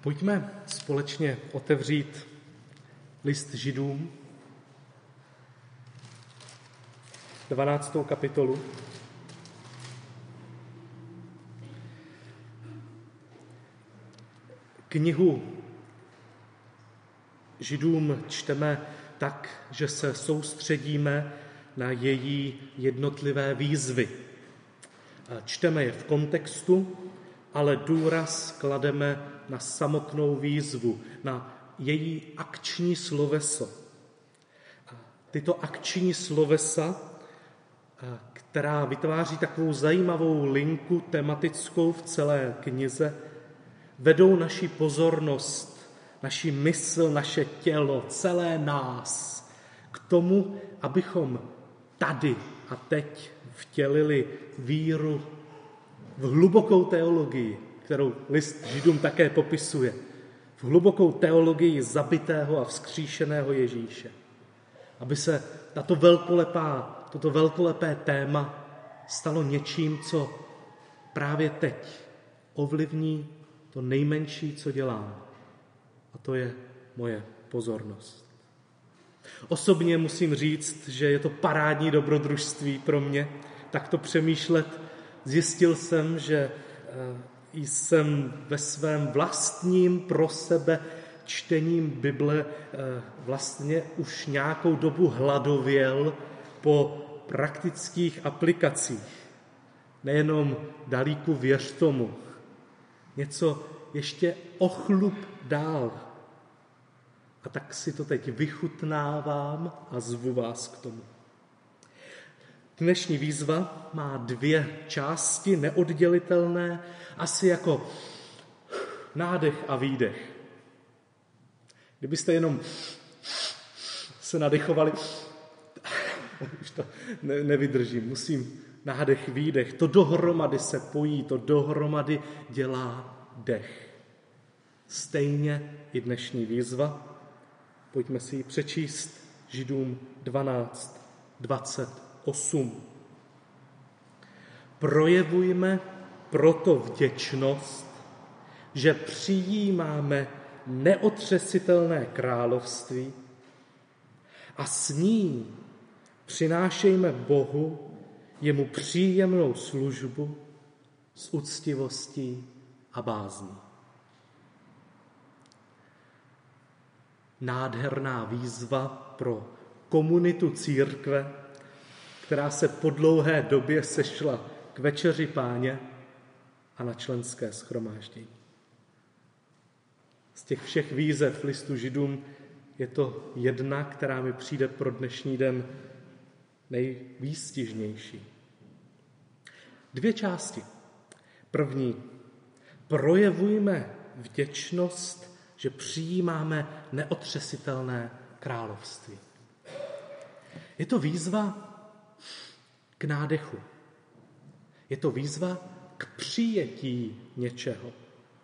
Pojďme společně otevřít list Židům, 12. kapitolu. Knihu Židům čteme tak, že se soustředíme na její jednotlivé výzvy. Čteme je v kontextu, ale důraz klademe na samotnou výzvu, na její akční sloveso. Tyto akční slovesa, která vytváří takovou zajímavou linku tematickou v celé knize, vedou naši pozornost, naši mysl, naše tělo, celé nás k tomu, abychom tady a teď vtělili víru v hlubokou teologii, kterou list Židům také popisuje, v hlubokou teologii zabitého a vzkříšeného Ježíše. Aby se toto velkolepé téma stalo něčím, co právě teď ovlivní to nejmenší, co dělám. A to je moje pozornost. Osobně musím říct, že je to parádní dobrodružství pro mě takto přemýšlet. Zjistil jsem, že jsem ve svém vlastním pro sebe čtením Bible vlastně už nějakou dobu hladověl po praktických aplikacích. Nejenom dalíku věř tomu. Něco ještě o chlup dál. A tak si to teď vychutnávám a zvu vás k tomu. Dnešní výzva má 2 části neoddělitelné, asi jako nádech a výdech. Kdybyste jenom se nadechovali, už to nevydržím, musím nádech, výdech, to dohromady se pojí, to dohromady dělá dech. Stejně i dnešní výzva. Pojďme si ji přečíst, Židům 12:28. Projevujme proto vděčnost, že přijímáme neotřesitelné království a s ní přinášejme Bohu jemu příjemnou službu s úctivostí a bázní. Nádherná výzva pro komunitu církve, která se po dlouhé době sešla k večeři Páně a na členské shromáždění. Z těch všech výzev listu Židům je to jedna, která mi přijde pro dnešní den nejvýstižnější. 2 části. První. Projevujme vděčnost, že přijímáme neotřesitelné království. Je to výzva k nádechu. Je to výzva k přijetí něčeho.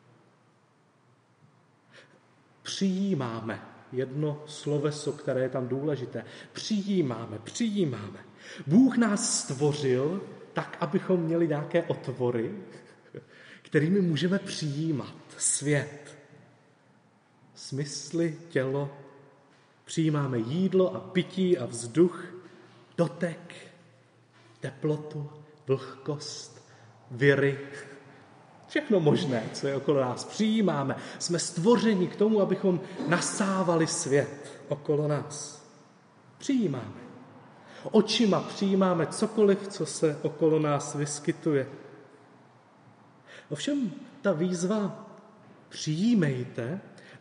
Přijímáme. Jedno sloveso, které je tam důležité. Přijímáme. Bůh nás stvořil tak, abychom měli nějaké otvory, kterými můžeme přijímat svět. Smysly, tělo, přijímáme jídlo a pití a vzduch, dotek, teplotu, vlhkost, viry, všechno možné, co je okolo nás. Přijímáme. Jsme stvořeni k tomu, abychom nasávali svět okolo nás. Přijímáme. Očima přijímáme cokoliv, co se okolo nás vyskytuje. Ovšem ta výzva přijímejte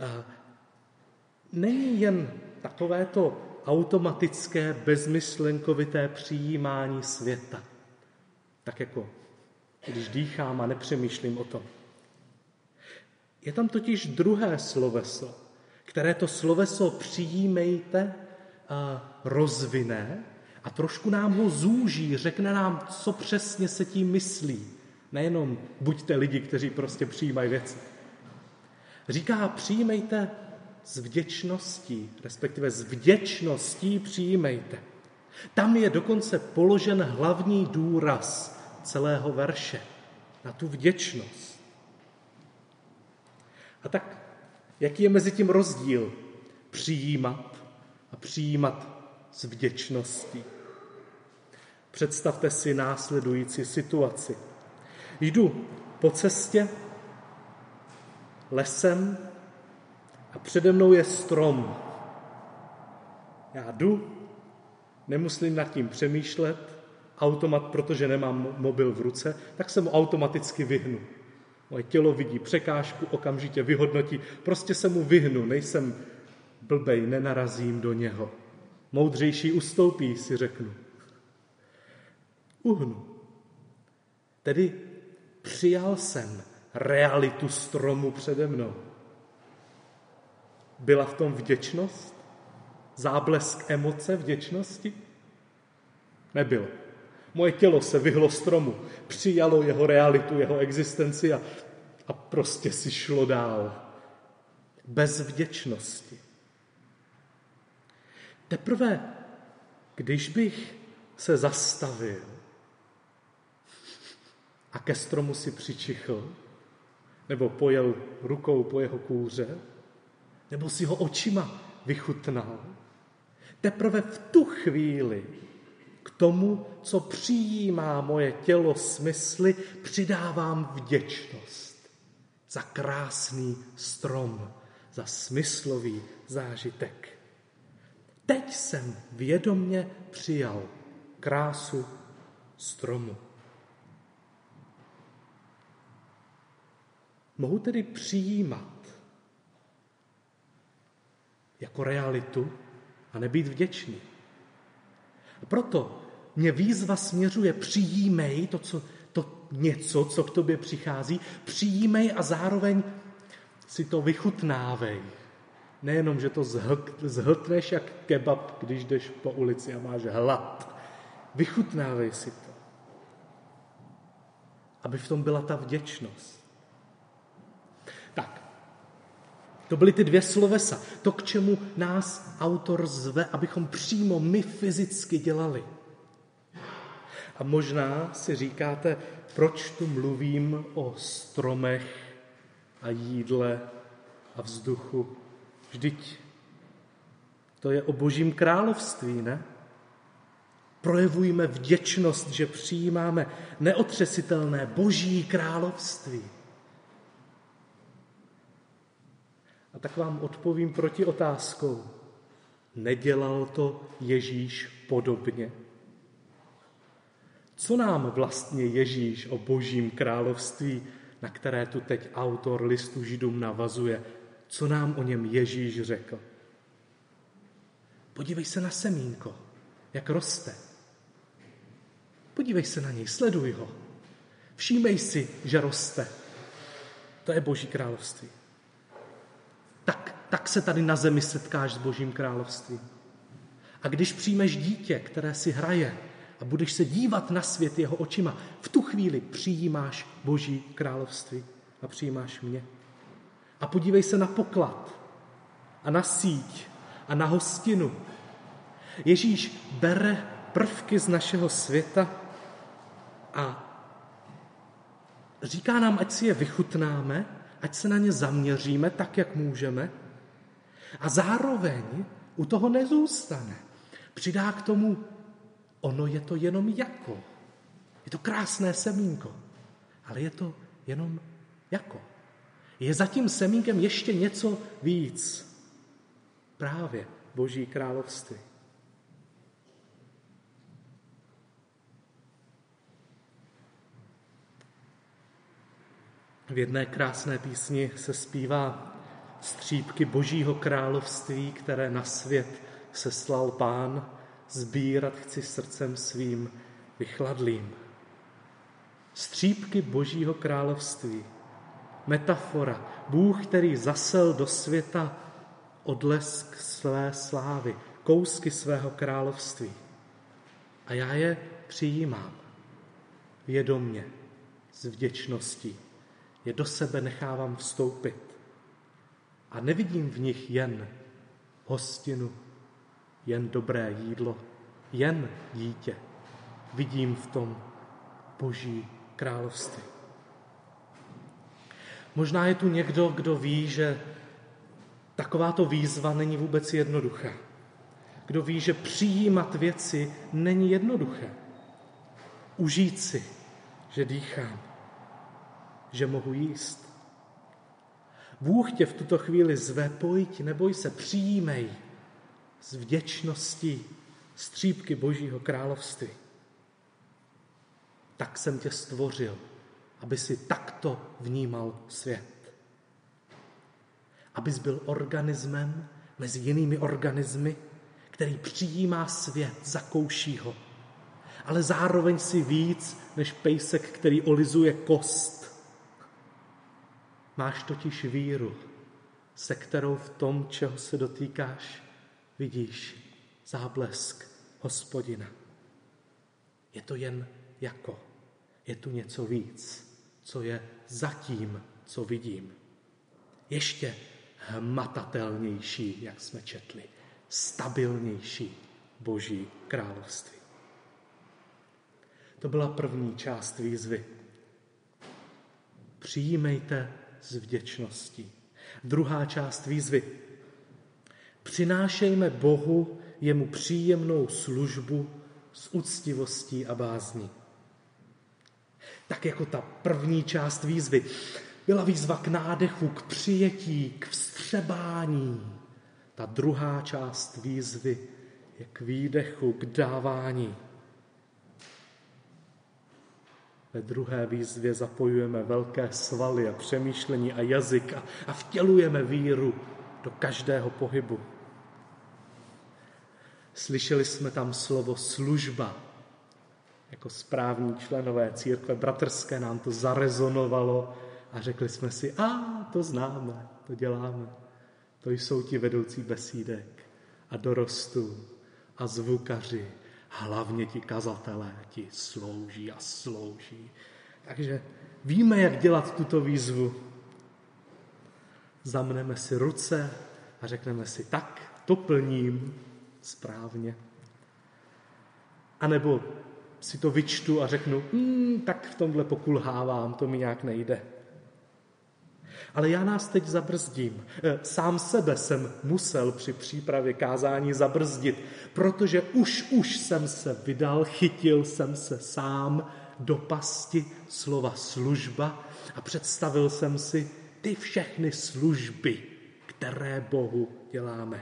není jen takovéto automatické, bezmyšlenkovité přijímání světa. Tak jako když dýchám a nepřemýšlím o tom. Je tam totiž druhé sloveso, které to sloveso přijímejte rozvine a trošku nám ho zúží, řekne nám, co přesně se tím myslí. Nejenom buďte lidi, kteří prostě přijímají věci. Říká, přijímejte s vděčností, respektive s vděčností přijímejte. Tam je dokonce položen hlavní důraz celého verše, na tu vděčnost. A tak Jaký je mezi tím rozdíl? Přijímat a přijímat s vděčností. Představte si následující situaci. Jdu po cestě lesem a přede mnou je strom. Já jdu, nemusím nad tím přemýšlet, protože nemám mobil v ruce, tak se mu automaticky vyhnu. Moje tělo vidí překážku, okamžitě vyhodnotí, prostě se mu vyhnu, nejsem blbej, nenarazím do něho. Moudřejší ustoupí, si řeknu. Uhnu. Tedy přijal jsem realitu stromu přede mnou. Byla v tom vděčnost? Záblesk emoce vděčnosti? Nebylo. Moje tělo se vyhlo stromu, přijalo jeho realitu, jeho existenci a prostě si šlo dál. Bez vděčnosti. Teprve, když bych se zastavil a ke stromu si přičichl, nebo pojel rukou po jeho kůře, nebo si ho očima vychutnal, teprve v tu chvíli k tomu, co přijímá moje tělo smysly, přidávám vděčnost za krásný strom, za smyslový zážitek. Teď jsem vědomě přijal krásu stromu. Mohu tedy přijímat jako realitu a nebýt vděčný. A proto mě výzva směřuje, přijímej něco, co k tobě přichází, přijímej a zároveň si to vychutnávej. Nejenom, že to zhltneš jak kebab, když jdeš po ulici a máš hlad. Vychutnávej si to. Aby v tom byla ta vděčnost. Tak, to byly ty dvě slovesa. To, k čemu nás autor zve, abychom přímo my fyzicky dělali. A možná si říkáte, proč tu mluvím o stromech a jídle a vzduchu. Vždyť to je o Božím království, ne? Projevujme vděčnost, že přijímáme neotřesitelné Boží království. A tak vám odpovím proti otázkou. Nedělal to Ježíš podobně? Co nám vlastně Ježíš o Božím království, na které tu teď autor listu Židům navazuje, co nám o něm Ježíš řekl? Podívej se na semínko, jak roste. Podívej se na něj, sleduj ho. Všímej si, že roste. To je Boží království. Tak se tady na zemi setkáš s Božím královstvím. A když přijmeš dítě, které si hraje a budeš se dívat na svět jeho očima, v tu chvíli přijímáš Boží království a přijímáš mě. A podívej se na poklad a na síť a na hostinu. Ježíš bere prvky z našeho světa a říká nám, ať si je vychutnáme, ať se na ně zaměříme tak, jak můžeme, a zároveň u toho nezůstane. Přidá k tomu, ono je to jenom jako. Je to krásné semínko, ale je to jenom jako. Je za tím semínkem ještě něco víc. Právě Boží království. V jedné krásné písni se zpívá střípky Božího království, které na svět seslal Pán, sbírat chci srdcem svým vychladlým. Střípky Božího království. Metafora. Bůh, který zasel do světa odlesk své slávy, kousky svého království. A já je přijímám vědomně, s vděčností. Je do sebe nechávám vstoupit. A nevidím v nich jen hostinu, jen dobré jídlo, jen dítě. Vidím v tom Boží království. Možná je tu někdo, kdo ví, že Takováto výzva není vůbec jednoduchá. Kdo ví, že přijímat věci není jednoduché. Užít si, že dýchám, že mohu jíst. Bůh tě v tuto chvíli zve, pojď, neboj se, přijímej s vděčností střípky Božího království. Tak jsem tě stvořil, aby si takto vnímal svět. Abys byl organismem mezi jinými organismy, který přijímá svět, zakouší ho. Ale zároveň si víc než pejsek, který olizuje kost. Máš totiž víru, se kterou v tom, čeho se dotýkáš, vidíš záblesk Hospodina. Je to jen jako, je tu něco víc, co je za tím, co vidím. Ještě hmatatelnější, jak jsme četli, stabilnější Boží království. To byla první část výzvy. Přijímejte s vděčností. Druhá část výzvy. Přinášejme Bohu jemu příjemnou službu s úctivostí a bázní. Tak jako ta první část výzvy byla výzva k nádechu, k přijetí, k vstřebání. Ta druhá část výzvy je k výdechu, k dávání. Ve druhé výzvě zapojujeme velké svaly a přemýšlení a jazyk a vtělujeme víru do každého pohybu. Slyšeli jsme tam slovo služba. Jako správní členové církve bratrské nám to zarezonovalo a řekli jsme si, to známe, to děláme. To jsou ti vedoucí besídek a dorostů a zvukaři, hlavně ti kazatelé, ti slouží a slouží. Takže víme, jak dělat tuto výzvu. Zamneme si ruce a řekneme si, tak, to plním správně. A nebo si to vyčtu a řeknu, tak v tomhle pokulhávám, to mi nějak nejde. Ale já nás teď zabrzdím. Sám sebe jsem musel při přípravě kázání zabrzdit, protože už jsem se vydal, chytil jsem se sám do pasti slova služba a představil jsem si ty všechny služby, které Bohu děláme.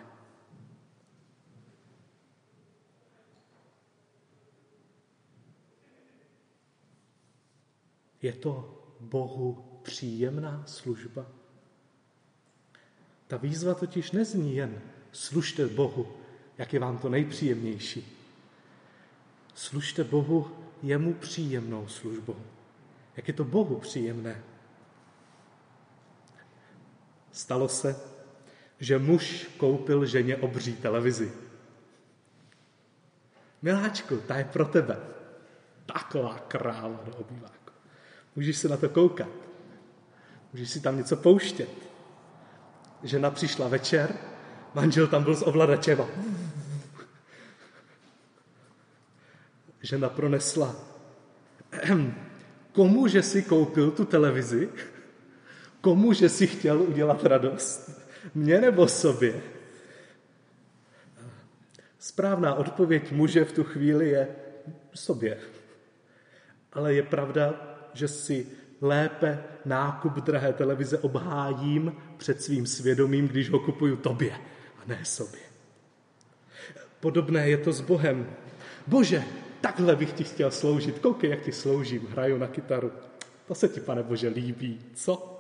Je to Bohu příjemná služba? Ta výzva totiž nezní jen služte Bohu, jak je vám to nejpříjemnější. Služte Bohu jemu příjemnou službou. Jak je to Bohu příjemné? Stalo se, že muž koupil ženě obří televizi. Miláčku, ta je pro tebe. Taková kráva do obýváku. Můžeš se na to koukat. Můžeš si tam něco pouštět. Žena přišla večer, manžel tam byl s ovladačem a žena pronesla. Komu, že si koupil tu televizi? Komu, že si chtěl udělat radost? Mně nebo sobě? Správná odpověď muže v tu chvíli je sobě. Ale je pravda, že si lépe nákup drahé televize obhájím před svým svědomím, když ho kupuju tobě a ne sobě. Podobné je to s Bohem. Bože, takhle bych ti chtěl sloužit. Koukej, jak ti sloužím, hraju na kytaru. To se ti, Pane Bože, líbí. Co?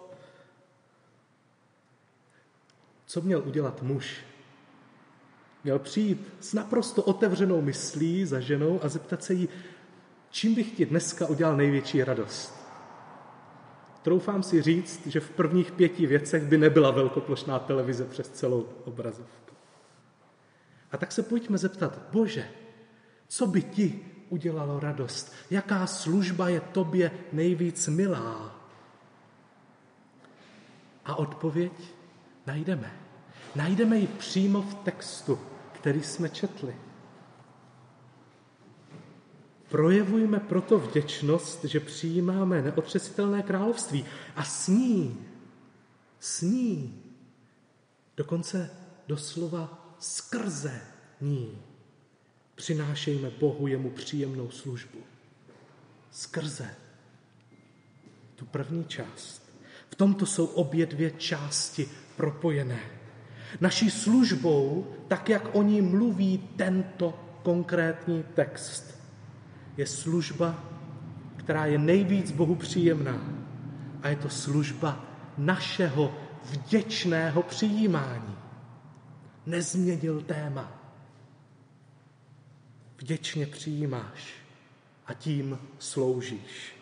Co měl udělat muž? Měl přijít s naprosto otevřenou myslí za ženou a zeptat se jí, čím bych ti dneska udělal největší radost? Troufám si říct, že v prvních 5 věcech by nebyla velkoplošná televize přes celou obrazovku. A tak se pojďme zeptat, Bože, co by ti udělalo radost? Jaká služba je tobě nejvíc milá? A odpověď najdeme. Najdeme ji přímo v textu, který jsme četli. Projevujme proto vděčnost, že přijímáme neotřesitelné království a s ní Dokonce doslova skrze ní přinášejme Bohu jemu příjemnou službu. Skrze tu první část. V tomto jsou obě dvě části propojené. Naší službou, tak jak o ní mluví tento konkrétní text, je služba, která je nejvíc Bohu příjemná. A je to služba našeho vděčného přijímání. Nezměnil téma. Vděčně přijímáš a tím sloužíš.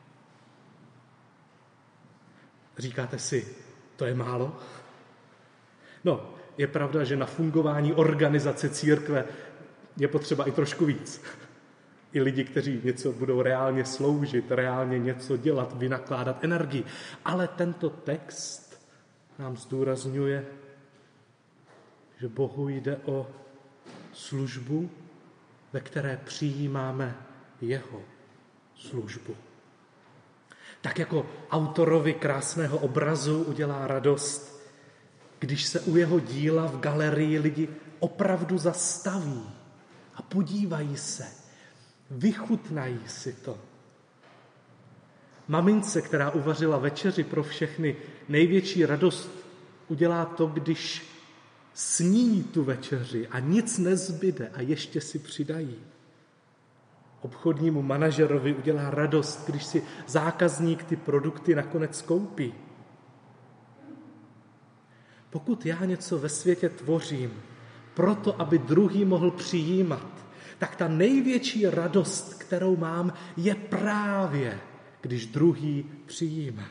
Říkáte si, to je málo? No, je pravda, že na fungování organizace církve je potřeba i trošku víc. I lidi, kteří něco budou reálně sloužit, reálně něco dělat, vynakládat energii. Ale tento text nám zdůrazňuje, že Bohu jde o službu, ve které přijímáme jeho službu. Tak jako autorovi krásného obrazu udělá radost, když se u jeho díla v galerii lidi opravdu zastaví a podívají se, vychutnají si to. Mamince, která uvařila večeři pro všechny, největší radost udělá to, když sní tu večeři a nic nezbyde a ještě si přidají. Obchodnímu manažerovi udělá radost, když si zákazník ty produkty nakonec koupí. Pokud já něco ve světě tvořím, proto, aby druhý mohl přijímat, tak ta největší radost, kterou mám, je právě, když druhý přijímá.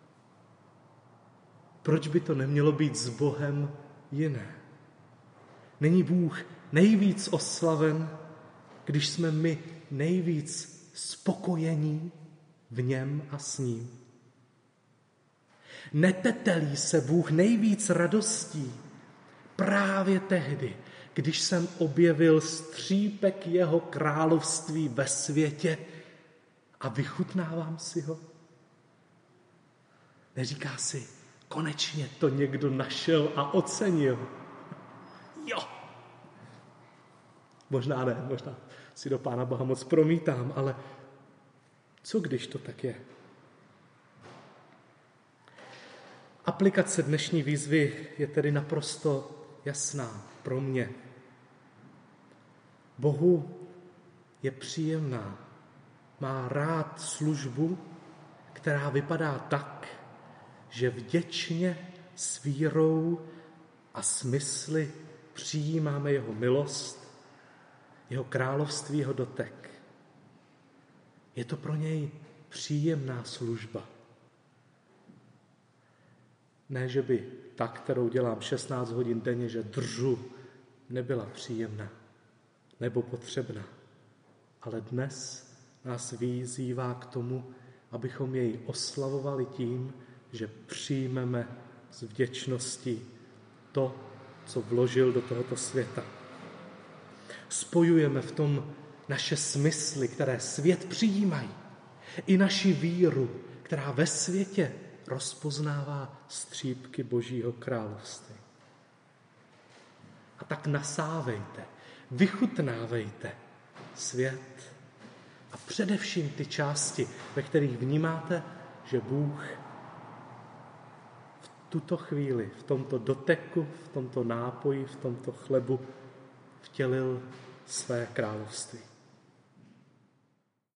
Proč by to nemělo být s Bohem jiné? Není Bůh nejvíc oslaven, když jsme my nejvíc spokojení v něm a s ním? Netetelí se Bůh nejvíc radostí právě tehdy, když jsem objevil střípek jeho království ve světě a vychutnávám si ho? Neříká si, konečně to někdo našel a ocenil. Jo. Možná ne, možná si do Pána Boha moc promítám, ale co když to tak je? Aplikace dnešní výzvy je tedy naprosto jasná pro mě. Bohu je příjemná, má rád službu, která vypadá tak, že vděčně s vírou a smysly přijímáme jeho milost, jeho království, jeho dotek. Je to pro něj příjemná služba. Ne, že by ta, kterou dělám 16 hodin denně, že držu, nebyla příjemná nebo potřebná. Ale dnes nás vyzývá k tomu, abychom jej oslavovali tím, že přijmeme s vděčností to, co vložil do tohoto světa. Spojujeme v tom naše smysly, které svět přijímají, i naši víru, která ve světě rozpoznává střípky Božího království. A tak nasávejte, vychutnávejte svět a především ty části, ve kterých vnímáte, že Bůh v tuto chvíli, v tomto doteku, v tomto nápoji, v tomto chlebu vtělil své království.